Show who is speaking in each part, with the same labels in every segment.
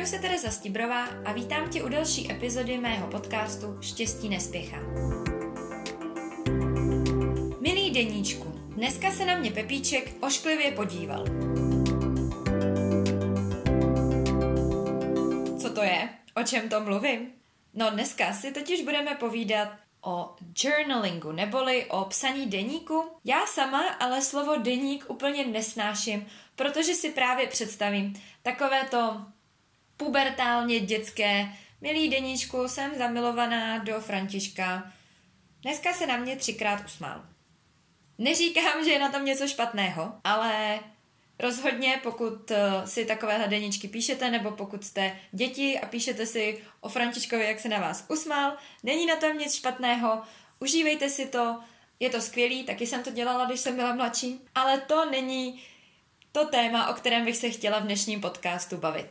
Speaker 1: Jmenuji se Tereza Stibrová a vítám tě u další epizody mého podcastu Štěstí nespěchá. Milý deníčku, dneska se na mě Pepíček ošklivě podíval. Co to je? O čem to mluvím? No dneska si totiž budeme povídat o journalingu, neboli o psaní deníku. Já sama ale slovo deník úplně nesnáším, protože si právě představím takovéto pubertálně dětské: milý deníčku, jsem zamilovaná do Františka. Dneska se na mě 3krát usmál. Neříkám, že je na tom něco špatného, ale rozhodně pokud si takovéhle deníčky píšete, nebo pokud jste děti a píšete si o Františkovi, jak se na vás usmál, není na tom nic špatného, užívejte si to, je to skvělý, taky jsem to dělala, když jsem byla mladší, ale to není to téma, o kterém bych se chtěla v dnešním podcastu bavit.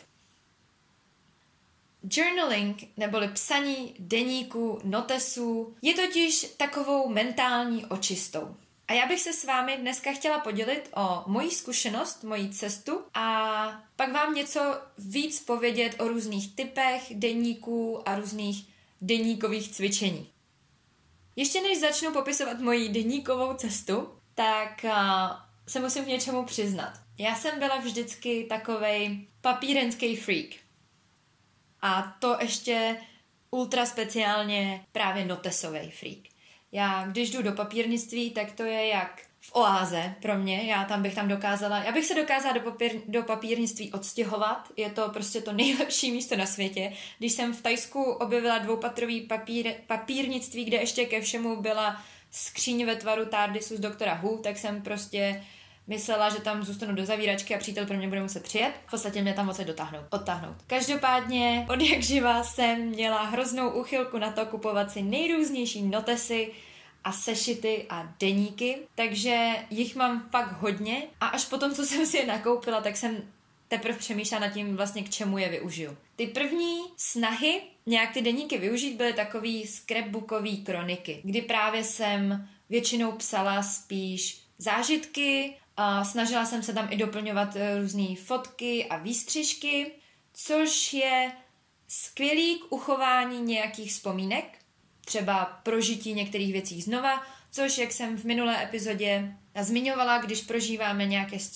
Speaker 1: Journaling, neboli psaní deníků, notesů, je totiž takovou mentální očistou. A já bych se s vámi dneska chtěla podělit o moji zkušenost, moji cestu a pak vám něco víc povědět o různých typech deníků a různých deníkových cvičení. Ještě než začnu popisovat moji deníkovou cestu, tak se musím k něčemu přiznat. Já jsem byla vždycky takovej papírenský freak. A to ještě ultra speciálně právě notesový freak. Já, když jdu do papírnictví, tak to je jak v oáze pro mě. Já bych se dokázala do papírnictví odstěhovat. Je to prostě to nejlepší místo na světě. Když jsem v Thajsku objevila dvoupatrový papírnictví, kde ještě ke všemu byla skříň ve tvaru TARDISu z doktora Who, tak jsem prostě myslela, že tam zůstanu do zavíračky a přítel pro mě bude muset přijet. V podstatě mě tam moc odtáhnout. Každopádně, od jak živa jsem měla hroznou úchylku na to kupovat si nejrůznější notesy a sešity a deníky, takže jich mám fakt hodně a až potom, co jsem si je nakoupila, tak jsem teprve přemýšlela nad tím vlastně, k čemu je využiju. Ty první snahy nějak ty deníky využít byly takový scrapbookový kroniky, kdy právě jsem většinou psala spíš zážitky, a snažila jsem se tam i doplňovat různé fotky a výstřižky, což je skvělý k uchování nějakých vzpomínek, třeba prožití některých věcí znova, což, jak jsem v minulé epizodě zmiňovala, když prožíváme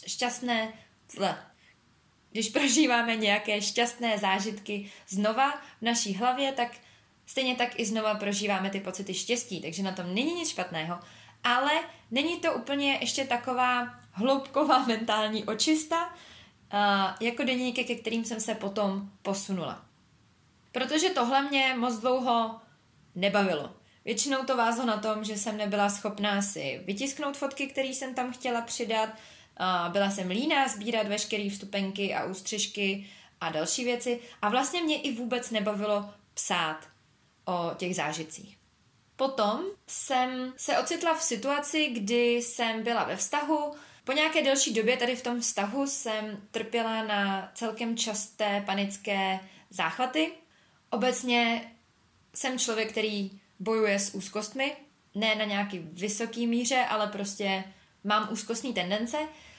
Speaker 1: nějaké šťastné zážitky znova v naší hlavě, tak stejně tak i znova prožíváme ty pocity štěstí, takže na tom není nic špatného. Ale není to úplně ještě taková hloubková mentální očista, jako deníky, ke kterým jsem se potom posunula. Protože tohle mě moc dlouho nebavilo. Většinou to vázlo na tom, že jsem nebyla schopná si vytisknout fotky, které jsem tam chtěla přidat. Byla jsem líná sbírat veškeré vstupenky a ústřižky a další věci. A vlastně mě i vůbec nebavilo psát o těch zážitcích. Potom jsem se ocitla v situaci, kdy jsem byla ve vztahu. Po nějaké delší době tady v tom vztahu jsem trpěla na celkem časté panické záchvaty. Obecně jsem člověk, který bojuje s úzkostmi. Ne na nějaký vysoký míře, ale prostě mám úzkostní tendence.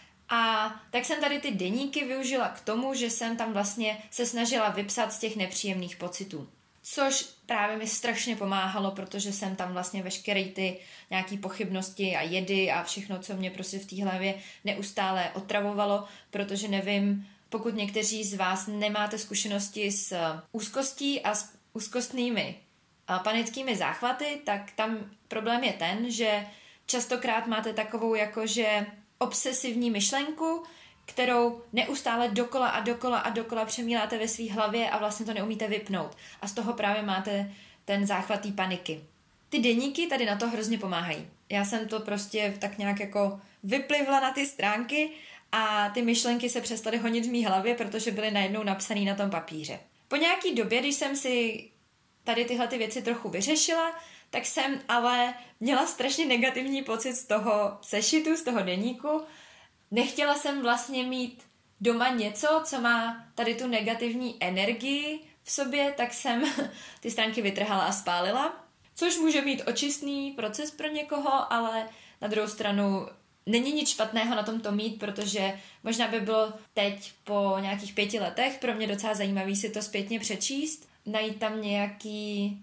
Speaker 1: A tak jsem tady ty deníky využila k tomu, že jsem tam vlastně se snažila vypsat z těch nepříjemných pocitů. Což právě mi strašně pomáhalo, protože jsem tam vlastně veškeré ty nějaký pochybnosti a jedy a všechno, co mě prostě v té hlavě neustále otravovalo, protože nevím, pokud někteří z vás nemáte zkušenosti s úzkostí a s úzkostnými panickými záchvaty, tak tam problém je ten, že častokrát máte takovou jakože obsesivní myšlenku, kterou neustále dokola přemíláte ve své hlavě a vlastně to neumíte vypnout. A z toho právě máte ten záchvat té paniky. Ty deníky tady na to hrozně pomáhají. Já jsem to prostě tak nějak jako vyplivla na ty stránky a ty myšlenky se přestaly honit v mý hlavě, protože byly najednou napsané na tom papíře. Po nějaký době, když jsem si tady tyhle ty věci trochu vyřešila, tak jsem ale měla strašně negativní pocit z toho sešitu, z toho deníku. Nechtěla jsem vlastně mít doma něco, co má tady tu negativní energii v sobě, tak jsem ty stránky vytrhala a spálila, což může být očistný proces pro někoho, ale na druhou stranu není nic špatného na tom to mít, protože možná by bylo teď po nějakých 5 letech pro mě docela zajímavý si to zpětně přečíst, najít tam nějaký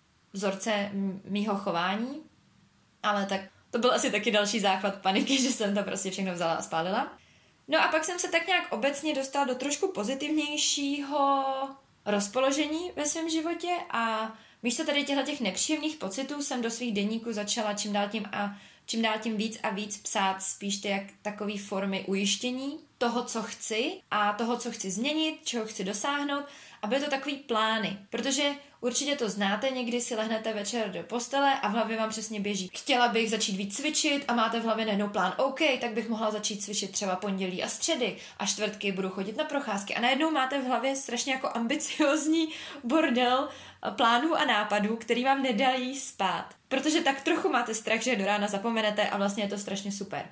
Speaker 1: vzorce mýho chování, ale tak to byl asi taky další záchvat paniky, že jsem to prostě všechno vzala a spálila. No a pak jsem se tak nějak obecně dostala do trošku pozitivnějšího rozpoložení ve svém životě a místo tady těch nepříjemných pocitů jsem do svých deníků začala čím dál tím víc a víc psát spíš takový formy ujištění toho, co chci a toho, co chci změnit, čeho chci dosáhnout a byly to takový plány, protože určitě to znáte, někdy si lehnete večer do postele a v hlavě vám přesně běží. Chtěla bych začít víc cvičit a máte v hlavě najednou plán, OK, tak bych mohla začít cvičit třeba pondělí a středy a čtvrtky budu chodit na procházky a najednou máte v hlavě strašně jako ambiciozní bordel plánů a nápadů, který vám nedají spát. Protože tak trochu máte strach, že do rána zapomenete a vlastně je to strašně super.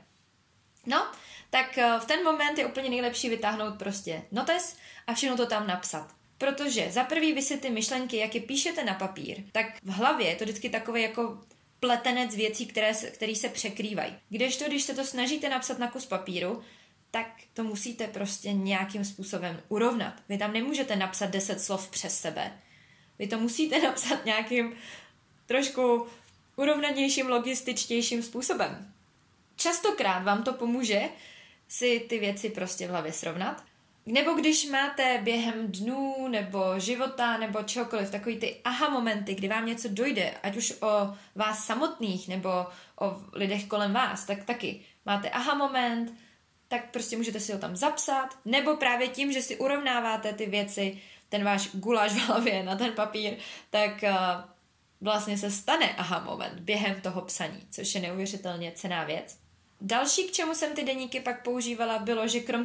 Speaker 1: No, tak v ten moment je úplně nejlepší vytáhnout prostě notes a všechno to tam napsat. Protože za prvý vy si ty myšlenky, jak je píšete na papír, tak v hlavě je to vždycky takový jako pletenec věcí, které se překrývají. Kdežto, když se to snažíte napsat na kus papíru, tak to musíte prostě nějakým způsobem urovnat. Vy tam nemůžete napsat 10 slov přes sebe. Vy to musíte napsat nějakým trošku urovnanějším, logističtějším způsobem. Častokrát vám to pomůže si ty věci prostě v hlavě srovnat. Nebo když máte během dnů nebo života nebo čehokoliv takový ty aha momenty, kdy vám něco dojde, ať už o vás samotných nebo o lidech kolem vás, tak taky máte aha moment, tak prostě můžete si ho tam zapsat, nebo právě tím, že si urovnáváte ty věci, ten váš guláš v hlavě na ten papír, tak vlastně se stane aha moment během toho psaní, což je neuvěřitelně cenná věc. Další, k čemu jsem ty deníky pak používala, bylo, že krom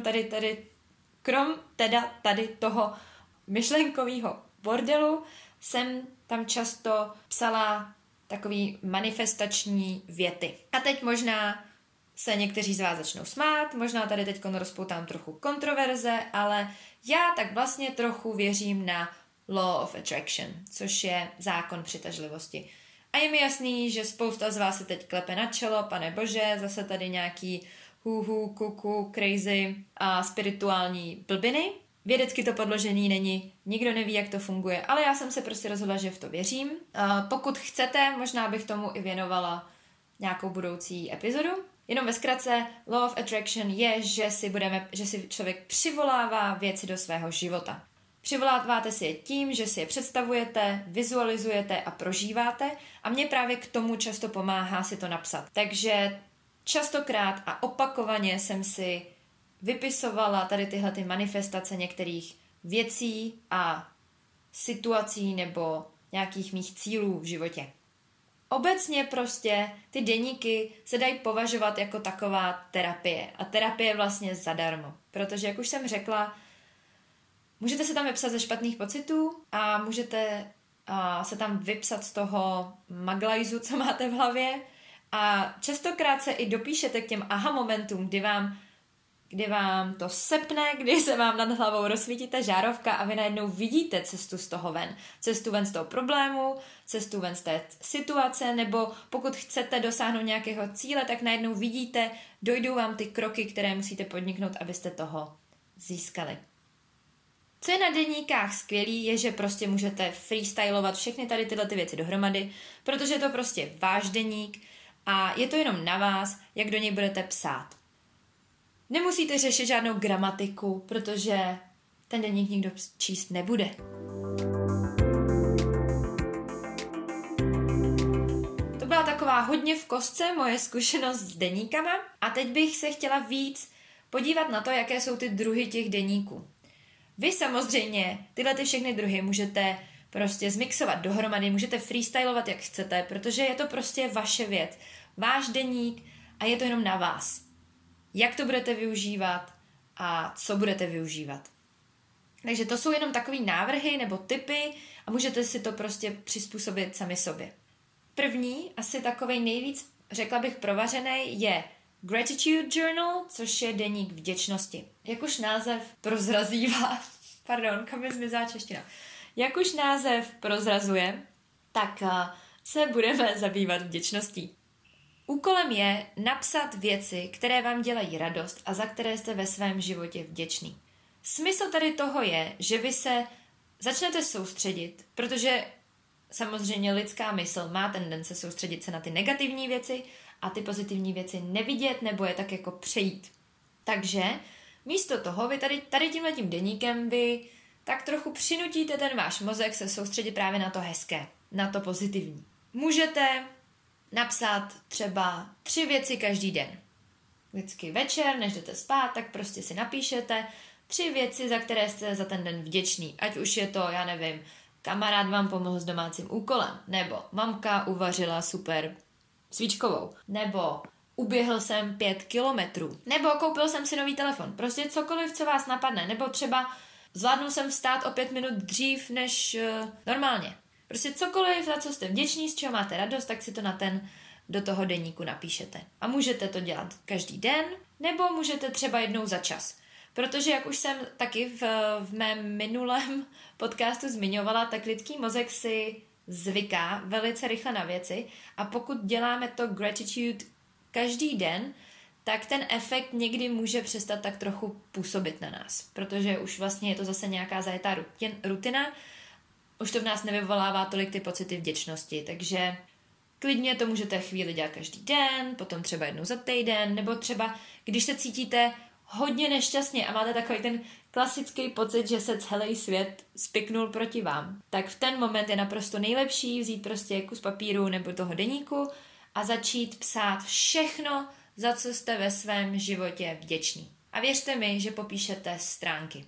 Speaker 1: tady toho myšlenkového bordelu jsem tam často psala takový manifestační věty. A teď možná se někteří z vás začnou smát, možná tady teď rozpoutám trochu kontroverze, ale já tak vlastně trochu věřím na Law of Attraction, což je zákon přitažlivosti. A je mi jasný, že spousta z vás se teď klepe na čelo, pane bože, zase tady nějaký kuku, crazy a spirituální blbiny. Vědecky to podložený není, nikdo neví, jak to funguje, ale já jsem se prostě rozhodla, že v to věřím. Pokud chcete, možná bych tomu i věnovala nějakou budoucí epizodu. Jenom ve zkratce, Law of Attraction je, že si člověk přivolává věci do svého života. Přivoláváte si je tím, že si je představujete, vizualizujete a prožíváte a mě právě k tomu často pomáhá si to napsat. Takže častokrát a opakovaně jsem si vypisovala tady tyhle ty manifestace některých věcí a situací nebo nějakých mých cílů v životě. Obecně prostě ty deníky se dají považovat jako taková terapie. A terapie je vlastně zadarmo. Protože, jak už jsem řekla, můžete se tam vypsat ze špatných pocitů a můžete se tam vypsat z toho maglajzu, co máte v hlavě. A častokrát se i dopíšete k těm aha momentům, kdy vám to sepne, kdy se vám nad hlavou rozsvítí ta žárovka a vy najednou vidíte cestu z toho ven. Cestu ven z toho problému, cestu ven z té situace, nebo pokud chcete dosáhnout nějakého cíle, tak najednou vidíte, dojdou vám ty kroky, které musíte podniknout, abyste toho získali. Co je na deníkách skvělý, je, že prostě můžete freestylovat všechny tady tyhle ty věci dohromady, protože je to prostě váš deník a je to jenom na vás, jak do něj budete psát. Nemusíte řešit žádnou gramatiku, protože ten deník nikdo číst nebude. To byla taková hodně v kostce moje zkušenost s deníkama a teď bych se chtěla víc podívat na to, jaké jsou ty druhy těch deníků. Vy samozřejmě tyhle ty všechny druhy můžete prostě zmixovat dohromady, můžete freestylovat jak chcete, protože je to prostě vaše věc, váš deník a je to jenom na vás. Jak to budete využívat a co budete využívat. Takže to jsou jenom takový návrhy nebo tipy a můžete si to prostě přizpůsobit sami sobě. První, asi takovej nejvíc, řekla bych, provařený je Gratitude Journal, což je deník vděčnosti. Jak už název prozrazívá, kam je zmizá čeština. Jak už název prozrazuje, tak se budeme zabývat vděčností. Úkolem je napsat věci, které vám dělají radost a za které jste ve svém životě vděční. Smysl tady toho je, že vy se začnete soustředit, protože samozřejmě lidská mysl má tendence soustředit se na ty negativní věci a ty pozitivní věci nevidět nebo je tak jako přejít. Takže místo toho vy tady tímhletím deníkem vy tak trochu přinutíte ten váš mozek se soustředit právě na to hezké, na to pozitivní. Můžete napsat třeba 3 věci každý den. Vždycky večer, než jdete spát, tak prostě si napíšete 3 věci, za které jste za ten den vděční. Ať už je to, já nevím, kamarád vám pomohl s domácím úkolem, nebo mamka uvařila super svíčkovou, nebo uběhl jsem 5 kilometrů, nebo koupil jsem si nový telefon. Prostě cokoliv, co vás napadne, nebo třeba zvládnul jsem vstát o 5 minut dřív než normálně. Prostě cokoliv, za co jste vděční, z čeho máte radost, tak si to do toho deníku napíšete. A můžete to dělat každý den, nebo můžete třeba jednou za čas. Protože, jak už jsem taky v mém minulém podcastu zmiňovala, tak lidský mozek si zvyká velice rychle na věci a pokud děláme to gratitude každý den, tak ten efekt někdy může přestat tak trochu působit na nás. Protože už vlastně je to zase nějaká zajetá rutina, už to v nás nevyvolává tolik ty pocity vděčnosti, takže klidně to můžete chvíli dělat každý den, potom třeba jednou za týden, nebo třeba když se cítíte hodně nešťastně a máte takový ten klasický pocit, že se celý svět spiknul proti vám, tak v ten moment je naprosto nejlepší vzít prostě kus papíru nebo toho deníku a začít psát všechno, za co jste ve svém životě vděční. A věřte mi, že popíšete stránky.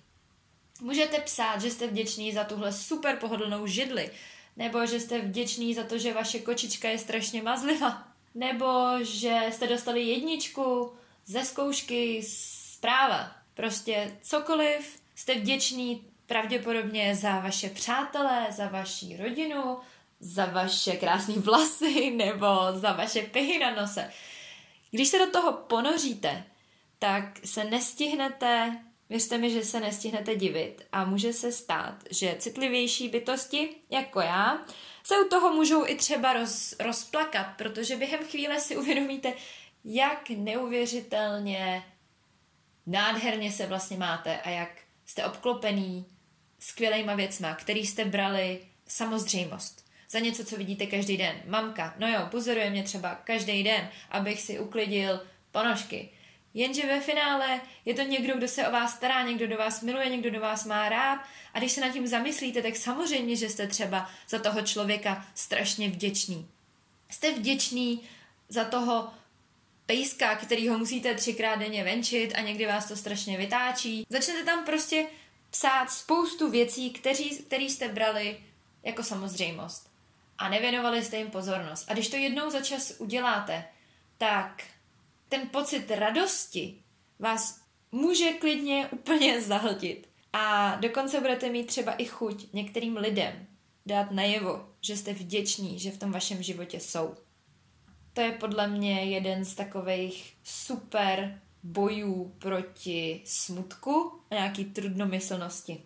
Speaker 1: Můžete psát, že jste vděční za tuhle super pohodlnou židli, nebo že jste vděční za to, že vaše kočička je strašně mazlivá, nebo že jste dostali 1 ze zkoušky zpráva. Prostě cokoliv, jste vděční pravděpodobně za vaše přátelé, za vaši rodinu, za vaše krásné vlasy nebo za vaše pihy na nose. Když se do toho ponoříte, tak se nestihnete, věřte mi, že se nestihnete divit a může se stát, že citlivější bytosti, jako já, se u toho můžou i třeba rozplakat, protože během chvíle si uvědomíte, jak neuvěřitelně nádherně se vlastně máte a jak jste obklopený skvělejma věcma, který jste brali samozřejmost. Za něco, co vidíte každý den. Mamka, no jo, pozoruje mě třeba každý den, abych si uklidil ponožky. Jenže ve finále je to někdo, kdo se o vás stará, někdo do vás miluje, někdo do vás má rád a když se nad tím zamyslíte, tak samozřejmě, že jste třeba za toho člověka strašně vděční. Jste vděční za toho pejska, kterýho musíte 3krát denně venčit a někdy vás to strašně vytáčí. Začnete tam prostě psát spoustu věcí, které jste brali jako samozřejmost a nevěnovali jste jim pozornost. A když to jednou za čas uděláte, tak ten pocit radosti vás může klidně úplně zahltit. A dokonce budete mít třeba i chuť některým lidem dát najevo, že jste vděční, že v tom vašem životě jsou. To je podle mě jeden z takových super bojů proti smutku a nějaký trudnomyslnosti.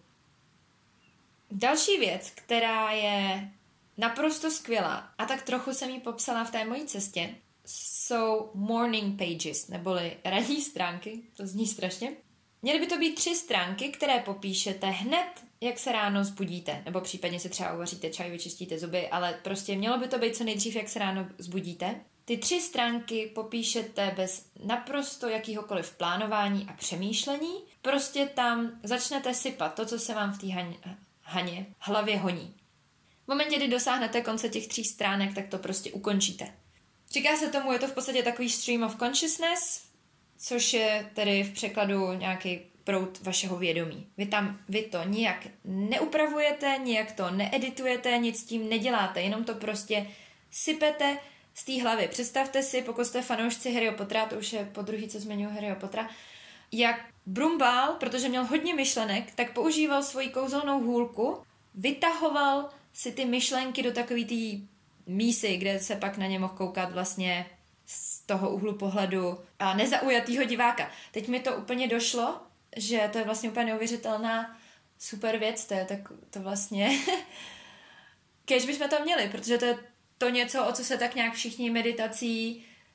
Speaker 1: Další věc, která je naprosto skvělá, a tak trochu jsem ji popsala v té mojí cestě, jsou morning pages, neboli ranní stránky, to zní strašně. Měly by to být 3 stránky, které popíšete hned, jak se ráno zbudíte, nebo případně se třeba uvaříte čaj, vyčistíte zuby, ale prostě mělo by to být co nejdřív, jak se ráno zbudíte. Ty 3 stránky popíšete bez naprosto jakýhokoliv plánování a přemýšlení. Prostě tam začnete sypat to, co se vám v té hlavě honí. V momentě, kdy dosáhnete konce těch 3 stránek, tak to prostě ukončíte. Říká se tomu, je to v podstatě takový stream of consciousness, což je tedy v překladu nějaký proud vašeho vědomí. Vy to nijak neupravujete, nijak to needitujete, nic s tím neděláte, jenom to prostě sypete z té hlavy. Představte si, pokud jste fanoušci Harryho Pottera, to už je podruhý, co zmiňuji Harryho Pottera, jak Brumbál, protože měl hodně myšlenek, tak používal svoji kouzelnou hůlku, vytahoval si ty myšlenky do takový té mísy, kde se pak na ně mohl koukat vlastně z toho úhlu pohledu a nezaujatýho diváka. Teď mi to úplně došlo, že to je vlastně úplně neuvěřitelná super věc, to vlastně kéž bychom to měli, protože to je to něco, o co se tak nějak všichni meditací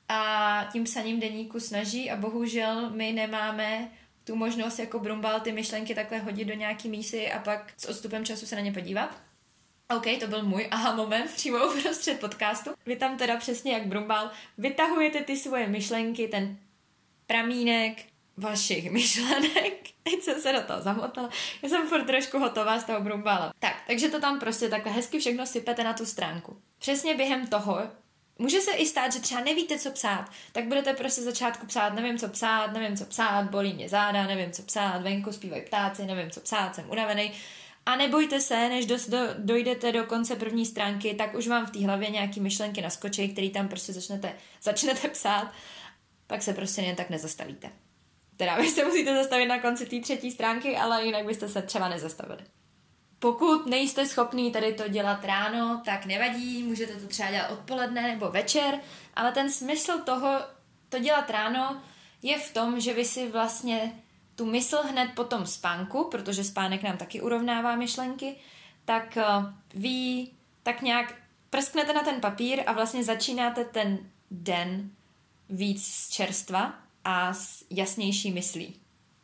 Speaker 1: a tím psaním deníku snaží a bohužel my nemáme tu možnost jako Brumbal ty myšlenky takhle hodit do nějaký mísy a pak s odstupem času se na ně podívat. OK, to byl můj aha moment přímo uprostřed podcastu. Vy tam teda přesně jak Brumbal vytahujete ty svoje myšlenky, ten pramínek vašich myšlenek. Teď jsem se do toho zamotala. Já jsem furt trošku hotová z toho Brumbala. Tak, takže to tam prostě takhle hezky všechno sypete na tu stránku. Přesně během toho může se i stát, že třeba nevíte, co psát, tak budete prostě začátku psát, nevím, co psát, bolí mě záda, nevím, co psát, venku zpívají ptáci, nevím, co psát, jsem unavený. A nebojte se, než dojdete do konce první stránky, tak už vám v té hlavě nějaký myšlenky naskočí, který tam prostě začnete psát, pak se prostě jen tak nezastavíte. Teda vy se musíte zastavit na konci té třetí stránky, ale jinak byste se třeba nezastavili. Pokud nejste schopný tady to dělat ráno, tak nevadí, můžete to třeba dělat odpoledne nebo večer, ale ten smysl toho to dělat ráno je v tom, že vy si vlastně tu mysl hned po tom spánku, protože spánek nám taky urovnává myšlenky, tak vy tak nějak prsknete na ten papír a vlastně začínáte ten den víc z čerstva a s jasnější myslí.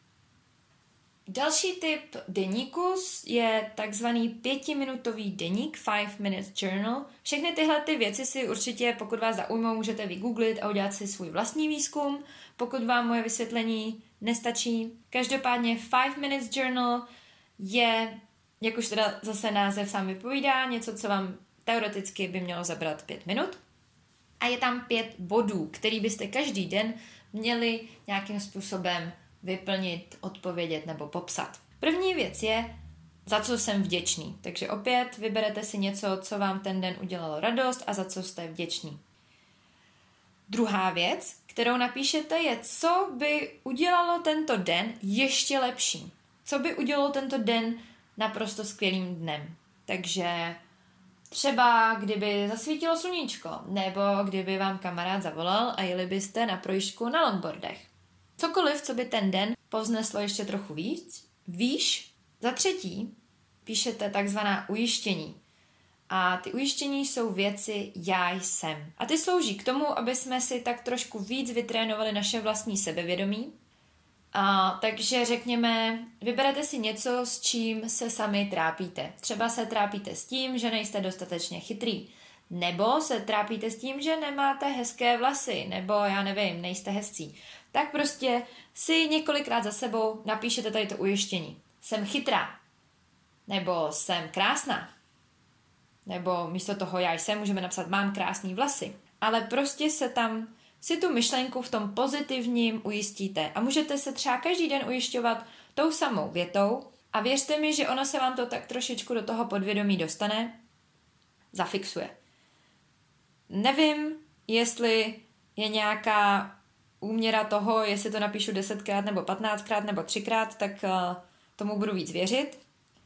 Speaker 1: Další typ deníku je takzvaný 5minutový deník, 5-minute journal. Všechny tyhle ty věci si určitě, pokud vás zaujmou, můžete vygooglit a udělat si svůj vlastní výzkum, pokud vám moje vysvětlení nestačí. Každopádně 5 minutes journal je, jak už teda zase název sám vypovídá, něco, co vám teoreticky by mělo zabrat 5 minut. A je tam 5 bodů, který byste každý den měli nějakým způsobem vyplnit, odpovědět nebo popsat. První věc je, za co jsem vděčný. Takže opět vyberete si něco, co vám ten den udělalo radost a za co jste vděční. Druhá věc, kterou napíšete, je, co by udělalo tento den ještě lepší. Co by udělalo tento den naprosto skvělým dnem. Takže třeba kdyby zasvítilo sluníčko, nebo kdyby vám kamarád zavolal a jeli byste na projížďku na longboardech. Cokoliv, co by ten den povzneslo ještě trochu výš. Za třetí píšete takzvaná ujištění. A ty ujištění jsou věci já jsem. A ty slouží k tomu, aby jsme si tak trošku víc vytrénovali naše vlastní sebevědomí. Takže řekněme, vyberete si něco, s čím se sami trápíte. Třeba se trápíte s tím, že nejste dostatečně chytrý. Nebo se trápíte s tím, že nemáte hezké vlasy. Nebo já nevím, nejste hezcí. Tak prostě si několikrát za sebou napíšete tady to ujištění. Jsem chytrá. Nebo jsem krásná. Nebo místo toho já jsem můžeme napsat mám krásný vlasy. Ale prostě se tam si tu myšlenku v tom pozitivním ujistíte. A můžete se třeba každý den ujišťovat tou samou větou a věřte mi, že ono se vám to tak trošičku do toho podvědomí dostane, zafixuje. Nevím, jestli je nějaká úměra toho, jestli to napíšu 10krát nebo 15krát nebo 3krát, tak tomu budu víc věřit.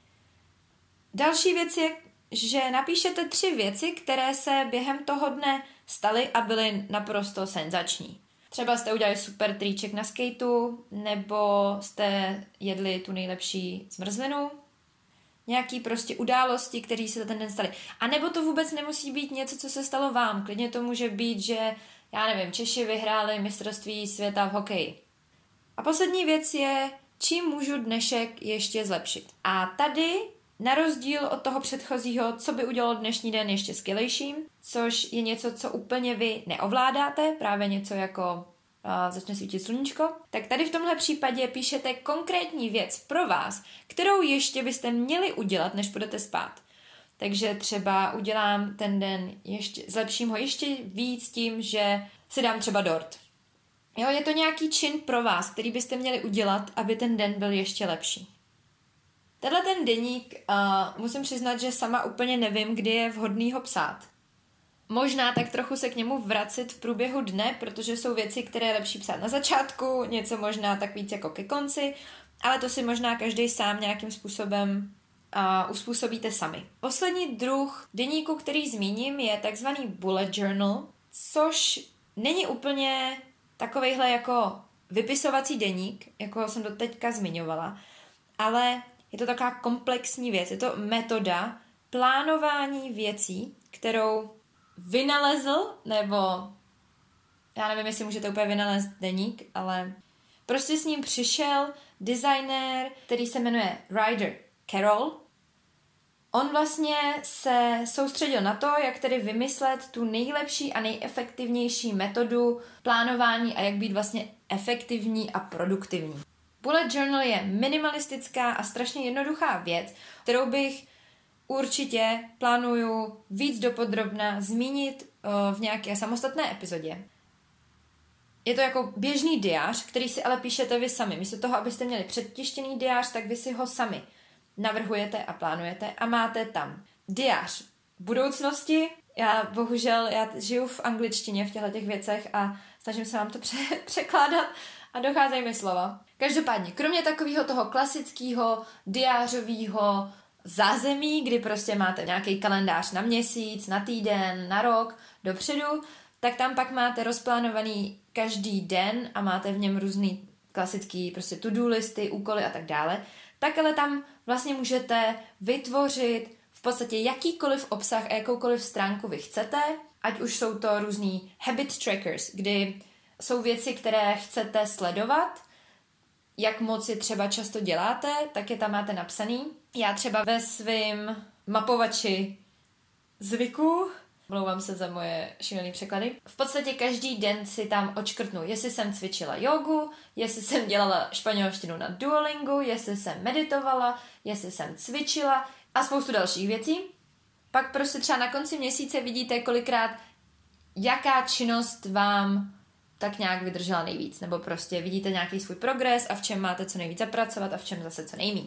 Speaker 1: Další věc je, že napíšete 3 věci, které se během toho dne staly a byly naprosto senzační. Třeba jste udělali super triček na skateu, nebo jste jedli tu nejlepší zmrzlinu, nějaký prostě události, které se ten den staly. A nebo to vůbec nemusí být něco, co se stalo vám. Klidně to může být, že, já nevím, Češi vyhráli mistrovství světa v hokeji. A poslední věc je, čím můžu dnešek ještě zlepšit. A tady na rozdíl od toho předchozího, co by udělalo dnešní den ještě skvělejším, což je něco, co úplně vy neovládáte, právě něco jako začne svítit sluníčko, tak tady v tomhle případě píšete konkrétní věc pro vás, kterou ještě byste měli udělat, než budete spát. Takže třeba udělám ten den zlepším ho ještě víc tím, že si dám třeba dort. Jo, je to nějaký čin pro vás, který byste měli udělat, aby ten den byl ještě lepší. Tenhle ten deník musím přiznat, že sama úplně nevím, kdy je vhodný ho psát. Možná tak trochu se k němu vracet v průběhu dne, protože jsou věci, které je lepší psát na začátku, něco možná tak víc jako ke konci, ale to si možná každý sám nějakým způsobem uspůsobíte sami. Poslední druh deníku, který zmíním, je takzvaný bullet journal, což není úplně takovejhle jako vypisovací deník, jako jsem to teďka zmiňovala, ale je to taková komplexní věc, je to metoda plánování věcí, kterou vynalezl nebo já nevím, jestli můžete úplně vynalézt deník, ale prostě s ním přišel designér, který se jmenuje Ryder Carroll. On vlastně se soustředil na to, jak tedy vymyslet tu nejlepší a nejefektivnější metodu plánování a jak být vlastně efektivní a produktivní. Bullet journal je minimalistická a strašně jednoduchá věc, kterou bych určitě plánuju víc dopodrobna zmínit v nějaké samostatné epizodě. Je to jako běžný diář, který si ale píšete vy sami. Místo toho, abyste měli předtištěný diář, tak vy si ho sami navrhujete a plánujete a máte tam diář budoucnosti. Já žiju v angličtině v těchto věcech a snažím se vám to překládat a docházejí mi slova. Každopádně, kromě takového toho klasického diářového zázemí, kdy prostě máte nějaký kalendář na měsíc, na týden, na rok, dopředu, tak tam pak máte rozplánovaný každý den a máte v něm různý klasický prostě to-do listy, úkoly a tak dále, tak ale tam vlastně můžete vytvořit v podstatě jakýkoliv obsah a jakoukoliv stránku vy chcete, ať už jsou to různý habit trackers, kdy jsou věci, které chcete sledovat, jak moc je třeba často děláte, tak je tam máte napsaný. Já třeba ve svém mapovači zvyků, mlouvám se za moje šílené překlady, v podstatě každý den si tam odškrtnu, jestli jsem cvičila jogu, jestli jsem dělala španělštinu na Duolingu, jestli jsem meditovala, jestli jsem cvičila a spoustu dalších věcí. Pak prostě třeba na konci měsíce vidíte kolikrát, jaká činnost vám tak nějak vydržela nejvíc, nebo prostě vidíte nějaký svůj progres a v čem máte co nejvíc zapracovat a v čem zase co nejméně.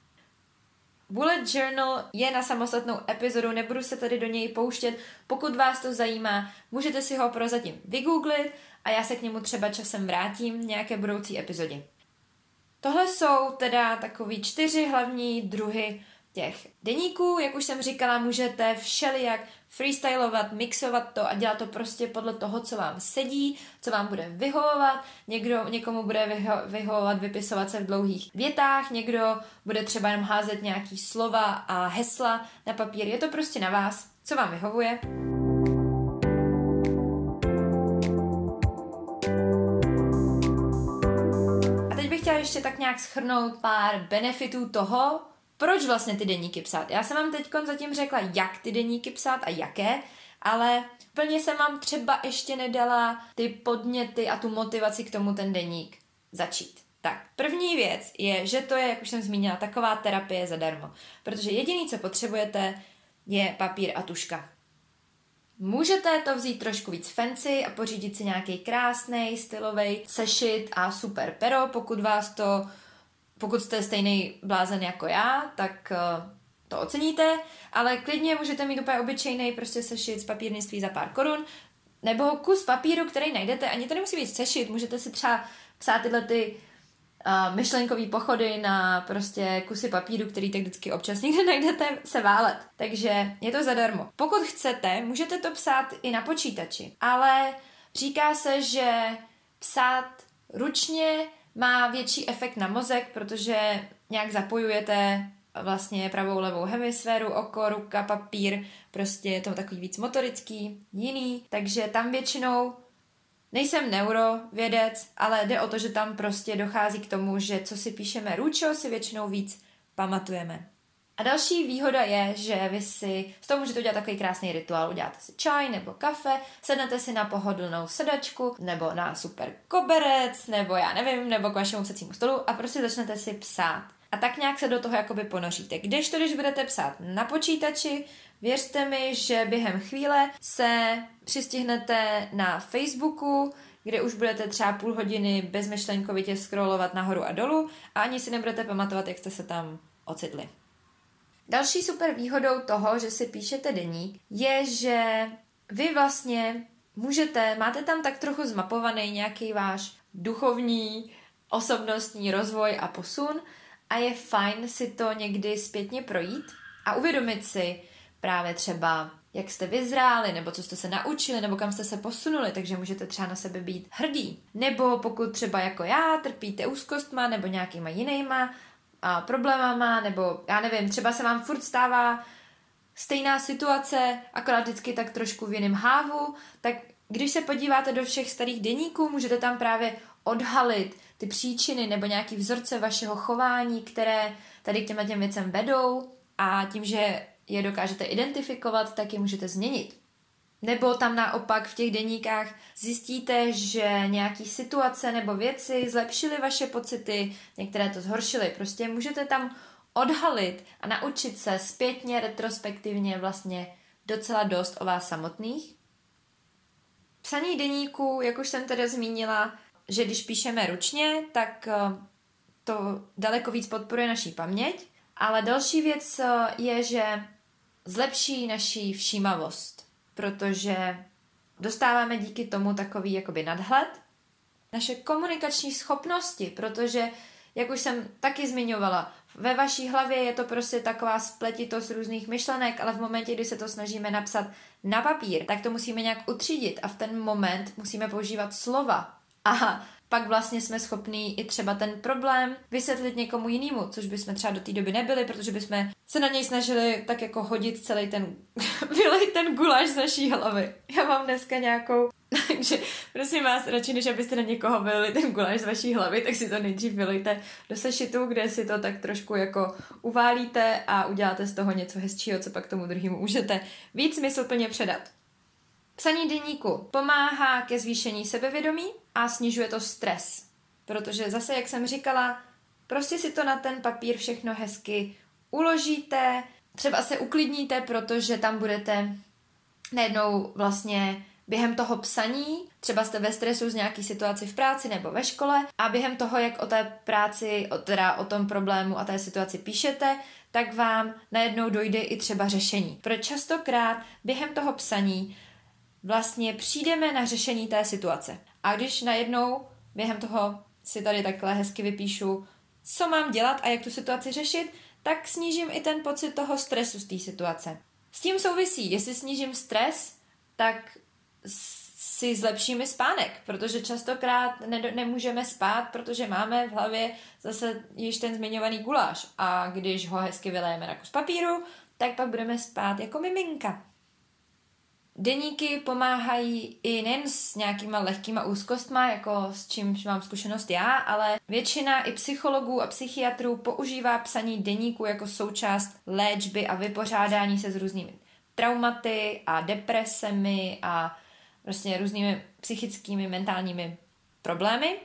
Speaker 1: Bullet journal je na samostatnou epizodu, nebudu se tady do něj pouštět. Pokud vás to zajímá, můžete si ho prozatím vygooglit a já se k němu třeba časem vrátím v nějaké budoucí epizodě. Tohle jsou teda takový 4 hlavní druhy těch deníků. Jak už jsem říkala, můžete všelijak freestylovat, mixovat to a dělat to prostě podle toho, co vám sedí, co vám bude vyhovovat. Někomu bude vyhovovat vypisovat se v dlouhých větách, někdo bude třeba jenom házet nějaký slova a hesla na papír. Je to prostě na vás, co vám vyhovuje. A teď bych chtěla ještě tak nějak shrnout pár benefitů toho, proč vlastně ty deníky psát. Já jsem vám teď zatím řekla, jak ty deníky psát a jaké, ale plně jsem vám třeba ještě nedala ty podněty a tu motivaci k tomu ten deník začít. Tak, první věc je, že to je, jak už jsem zmínila, taková terapie zadarmo. Protože jediný, co potřebujete, je papír a tužka. Můžete to vzít trošku víc fancy a pořídit si nějaký krásný, stylový sešit a super pero, pokud jste stejný blázen jako já, tak to oceníte, ale klidně můžete mít úplně obyčejný prostě sešit z papírnictví za pár korun, nebo kus papíru, který najdete, ani to nemusí být sešit, můžete si třeba psát tyhle ty myšlenkový pochody na prostě kusy papíru, který tak vždycky občas někde najdete, se válet. Takže je to zadarmo. Pokud chcete, můžete to psát i na počítači, ale říká se, že psát ručně má větší efekt na mozek, protože nějak zapojujete vlastně pravou, levou hemisféru, oko, ruka, papír, prostě je to takový víc motorický, jiný, takže tam většinou nejsem neurovědec, ale jde o to, že tam prostě dochází k tomu, že co si píšeme ručo, si většinou víc pamatujeme. A další výhoda je, že vy si z toho můžete udělat takový krásný rituál. Uděláte si čaj nebo kafe, sednete si na pohodlnou sedačku nebo na super koberec, nebo já nevím, nebo k vašemu psacímu stolu a prostě začnete si psát. A tak nějak se do toho jakoby ponoříte. Když budete psát na počítači, věřte mi, že během chvíle se přistihnete na Facebooku, kde už budete třeba půl hodiny bezmyšlenkovitě scrollovat nahoru a dolů a ani si nebudete pamatovat, jak jste se tam ocitli. Další super výhodou toho, že si píšete deník, je, že vy vlastně máte tam tak trochu zmapovaný nějaký váš duchovní, osobnostní rozvoj a posun a je fajn si to někdy zpětně projít a uvědomit si právě třeba, jak jste vyzráli, nebo co jste se naučili, nebo kam jste se posunuli, takže můžete třeba na sebe být hrdý. Nebo pokud třeba jako já trpíte úzkostma nebo nějakýma jinýma problémama, nebo já nevím, třeba se vám furt stává stejná situace, akorát vždycky tak trošku v jiném hávu, tak Když se podíváte do všech starých deníků, můžete tam právě odhalit ty příčiny nebo nějaký vzorce vašeho chování, které tady k těm věcem vedou a tím, že je dokážete identifikovat, tak je můžete změnit. Nebo tam naopak v těch deníkách zjistíte, že nějaký situace nebo věci zlepšily vaše pocity, některé to zhoršily. Prostě můžete tam odhalit a naučit se zpětně, retrospektivně vlastně docela dost o vás samotných. Psaní deníku, jak už jsem teda zmínila, že když píšeme ručně, tak to daleko víc podporuje naší paměť, ale další věc je, že zlepší naši všímavost, protože dostáváme díky tomu takový jakoby nadhled, naše komunikační schopnosti, protože, jak už jsem taky zmiňovala, ve vaší hlavě je to prostě taková spletitost různých myšlenek, ale v momentě, kdy se to snažíme napsat na papír, tak to musíme nějak utřídit a v ten moment musíme používat slova. A pak vlastně jsme schopní i třeba ten problém vysvětlit někomu jinému, což bychom třeba do té doby nebyli, protože bychom se na něj snažili tak jako hodit celý ten, vylej ten guláš z naší hlavy. Já mám dneska nějakou, takže prosím vás, radši než abyste na někoho vylili ten guláš z vaší hlavy, tak si to nejdřív vylejte do sešitu, kde si to tak trošku jako uválíte a uděláte z toho něco hezčího, co pak tomu druhému můžete víc smysluplně předat. Psaní deníku pomáhá ke zvýšení sebevědomí a snižuje to stres. Protože zase, jak jsem říkala, prostě si to na ten papír všechno hezky uložíte, třeba se uklidníte, protože tam budete najednou vlastně během toho psaní, třeba jste ve stresu z nějaký situaci v práci nebo ve škole a během toho, jak o té práci, teda o tom problému a té situaci píšete, tak vám najednou dojde i třeba řešení. Protože častokrát během toho psaní vlastně přijdeme na řešení té situace. A když najednou během toho si tady takhle hezky vypíšu, co mám dělat a jak tu situaci řešit, tak snížím i ten pocit toho stresu z té situace. S tím souvisí, jestli snížím stres, tak si zlepším i spánek, protože častokrát nemůžeme spát, protože máme v hlavě zase již ten zmiňovaný guláš a když ho hezky vylejeme na kus papíru, tak pak budeme spát jako miminka. Deníky pomáhají i nejen s nějakýma lehkýma úzkostma, jako s čím mám zkušenost já, ale většina i psychologů a psychiatrů používá psaní deníku jako součást léčby a vypořádání se s různými traumaty a depresemi a vlastně různými psychickými, mentálními problémy.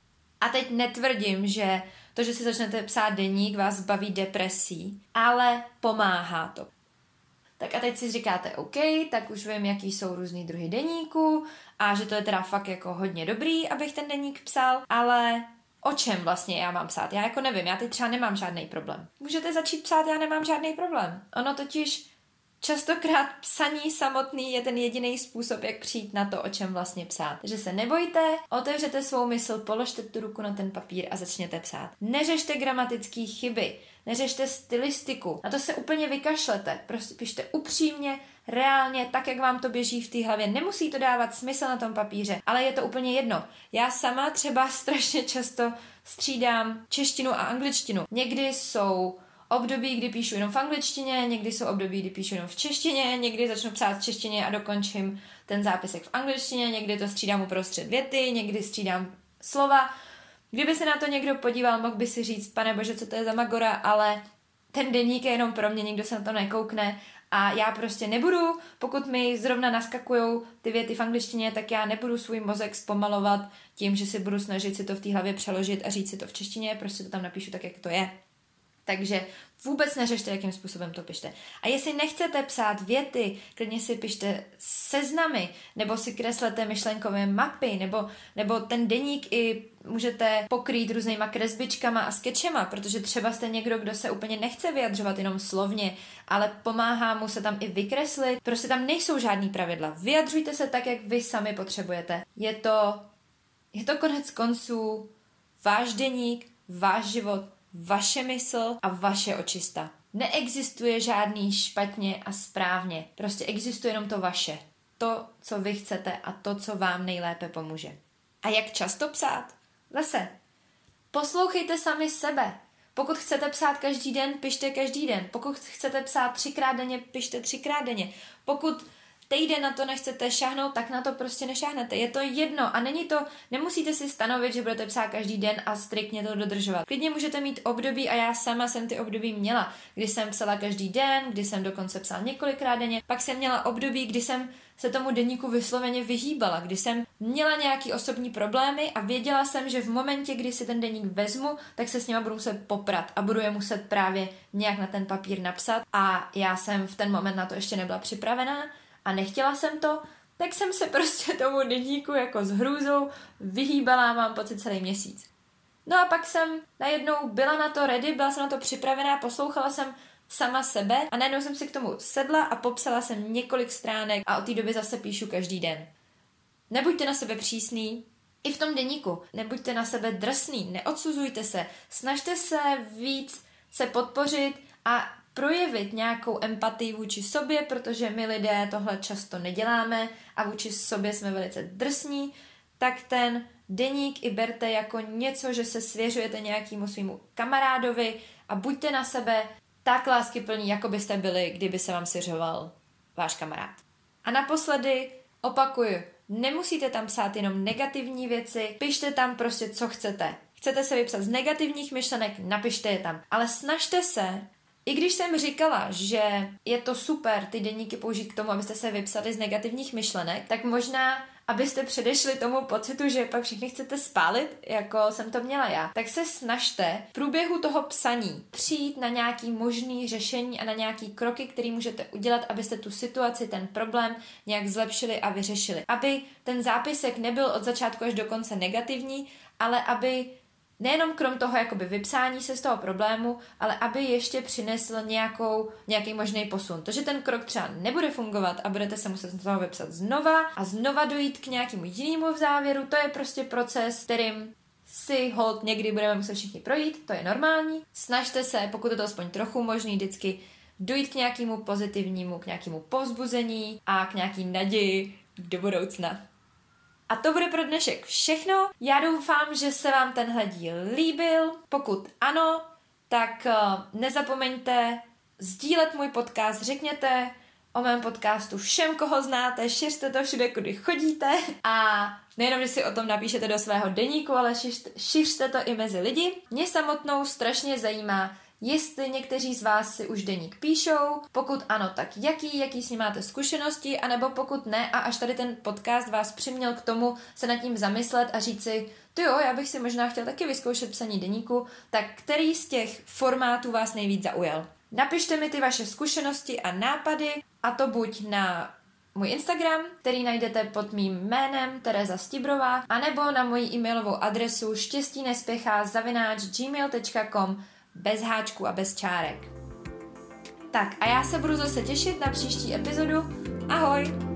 Speaker 1: A teď netvrdím, že to, že si začnete psát deník, vás zbaví depresí, ale pomáhá to. Tak a teď si říkáte, OK, tak už vím, jaký jsou různý druhy deníku a že to je teda fakt jako hodně dobrý, abych ten deník psal, ale o čem vlastně já mám psát? Já jako nevím, já teď třeba nemám žádný problém. Můžete začít psát, já nemám žádný problém. Ono totiž častokrát psaní samotný je ten jediný způsob, jak přijít na to, o čem vlastně psát. Takže se nebojte, otevřete svou mysl, položte tu ruku na ten papír a začněte psát. Neřešte gramatické chyby, neřešte stylistiku, na to se úplně vykašlete. Prostě pište upřímně, reálně, tak, jak vám to běží v té hlavě. Nemusí to dávat smysl na tom papíře, ale je to úplně jedno. Já sama třeba strašně často střídám češtinu a angličtinu. Někdy jsou období, kdy píšu jenom v angličtině, někdy jsou období, kdy píšu jenom v češtině, někdy začnu psát v češtině a dokončím ten zápisek v angličtině, někdy to střídám uprostřed věty, někdy střídám slova. Kdyby se na to někdo podíval, mohl by si říct, pane bože, co to je za magora, ale ten deník je jenom pro mě, nikdo se na to nekoukne a já prostě nebudu, pokud mi zrovna naskakujou ty věty v angličtině, tak já nebudu svůj mozek zpomalovat tím, že si budu snažit si to v té hlavě přeložit a říct si to v češtině, prostě to tam napíšu tak, jak to je. Takže vůbec neřešte, jakým způsobem to pište. A jestli nechcete psát věty, klidně si pište seznamy, nebo si kreslete myšlenkové mapy, nebo ten deník i můžete pokrýt různýma kresbičkama a skečema, protože třeba jste někdo, kdo se úplně nechce vyjadřovat jenom slovně, ale pomáhá mu se tam i vykreslit. Prostě tam nejsou žádný pravidla. Vyjadřujte se tak, jak vy sami potřebujete. Je to konec konců váš deník, váš život, vaše mysl a vaše očista. Neexistuje žádný špatně a správně. Prostě existuje jenom to vaše. To, co vy chcete a to, co vám nejlépe pomůže. A jak často psát? Zase, poslouchejte sami sebe. Pokud chcete psát každý den, pište každý den. Pokud chcete psát 3krát denně, pište 3krát denně. Pokud týden na to nechcete šáhnout, tak na to prostě nešáhnete. Je to jedno a nemusíte si stanovit, že budete psát každý den a striktně to dodržovat. Klidně můžete mít období a já sama jsem ty období měla, kdy jsem psala každý den, kdy jsem dokonce psala několikrát denně, pak jsem měla období, kdy jsem se tomu deníku vysloveně vyhýbala, kdy jsem měla nějaký osobní problémy a věděla jsem, že v momentě, kdy si ten deník vezmu, tak se s nima budu muset poprat a budu je muset právě nějak na ten papír napsat a já jsem v ten moment na to ještě nebyla připravená a nechtěla jsem to, tak jsem se prostě tomu deníku jako s hrůzou vyhýbala, mám pocit celý měsíc. No a pak jsem najednou byla na to ready, byla jsem na to připravená, poslouchala jsem sama sebe a najednou jsem si k tomu sedla a popsala jsem několik stránek a od té doby zase píšu každý den. Nebuďte na sebe přísný, i v tom deníku. Nebuďte na sebe drsný, neodsuzujte se, snažte se víc se podpořit a projevit nějakou empatii vůči sobě, protože my lidé tohle často neděláme a vůči sobě jsme velice drsní, tak ten deník i berte jako něco, že se svěřujete nějakému svýmu kamarádovi a buďte na sebe tak láskyplní, jako byste byli, kdyby se vám svěřoval váš kamarád. A naposledy opakuju, nemusíte tam psát jenom negativní věci, pište tam prostě, co chcete. Chcete se vypsat z negativních myšlenek, napište je tam. Ale snažte se, i když jsem říkala, že je to super ty deníky použít k tomu, abyste se vypsali z negativních myšlenek, tak možná, abyste předešli tomu pocitu, že pak všichni chcete spálit, jako jsem to měla já, tak se snažte v průběhu toho psaní přijít na nějaký možný řešení a na nějaký kroky, které můžete udělat, abyste tu situaci, ten problém nějak zlepšili a vyřešili. Aby ten zápisek nebyl od začátku až do konce negativní, ale aby nejenom krom toho jakoby vypsání se z toho problému, ale aby ještě přinesl nějaký možný posun. To, že ten krok třeba nebude fungovat a budete se muset z toho vypsat znova a znova dojít k nějakému jinému v závěru, to je prostě proces, kterým si hold někdy budeme muset všichni projít, to je normální. Snažte se, pokud je to aspoň trochu možný, vždycky dojít k nějakému pozitivnímu, k nějakému povzbuzení a k nějaký naději do budoucna. A to bude pro dnešek všechno. Já doufám, že se vám tenhle díl líbil. Pokud ano, tak nezapomeňte sdílet můj podcast. Řekněte o mém podcastu všem, koho znáte, šiřte to všude, kudy chodíte. A nejenom, že si o tom napíšete do svého deníku, ale šiřte to i mezi lidi. Mě samotnou strašně zajímá, jestli někteří z vás si už deník píšou, pokud ano, tak jaký s ním máte zkušenosti, anebo pokud ne a až tady ten podcast vás přiměl k tomu se nad tím zamyslet a říct si, já bych si možná chtěl taky vyzkoušet psaní deníku, tak který z těch formátů vás nejvíc zaujal. Napište mi ty vaše zkušenosti a nápady, a to buď na můj Instagram, který najdete pod mým jménem Tereza Stibrová, anebo na moji e-mailovou adresu štěstínespěchá@gmail.com bez háčku a bez čárek. Tak a já se budu zase těšit na příští epizodu. Ahoj!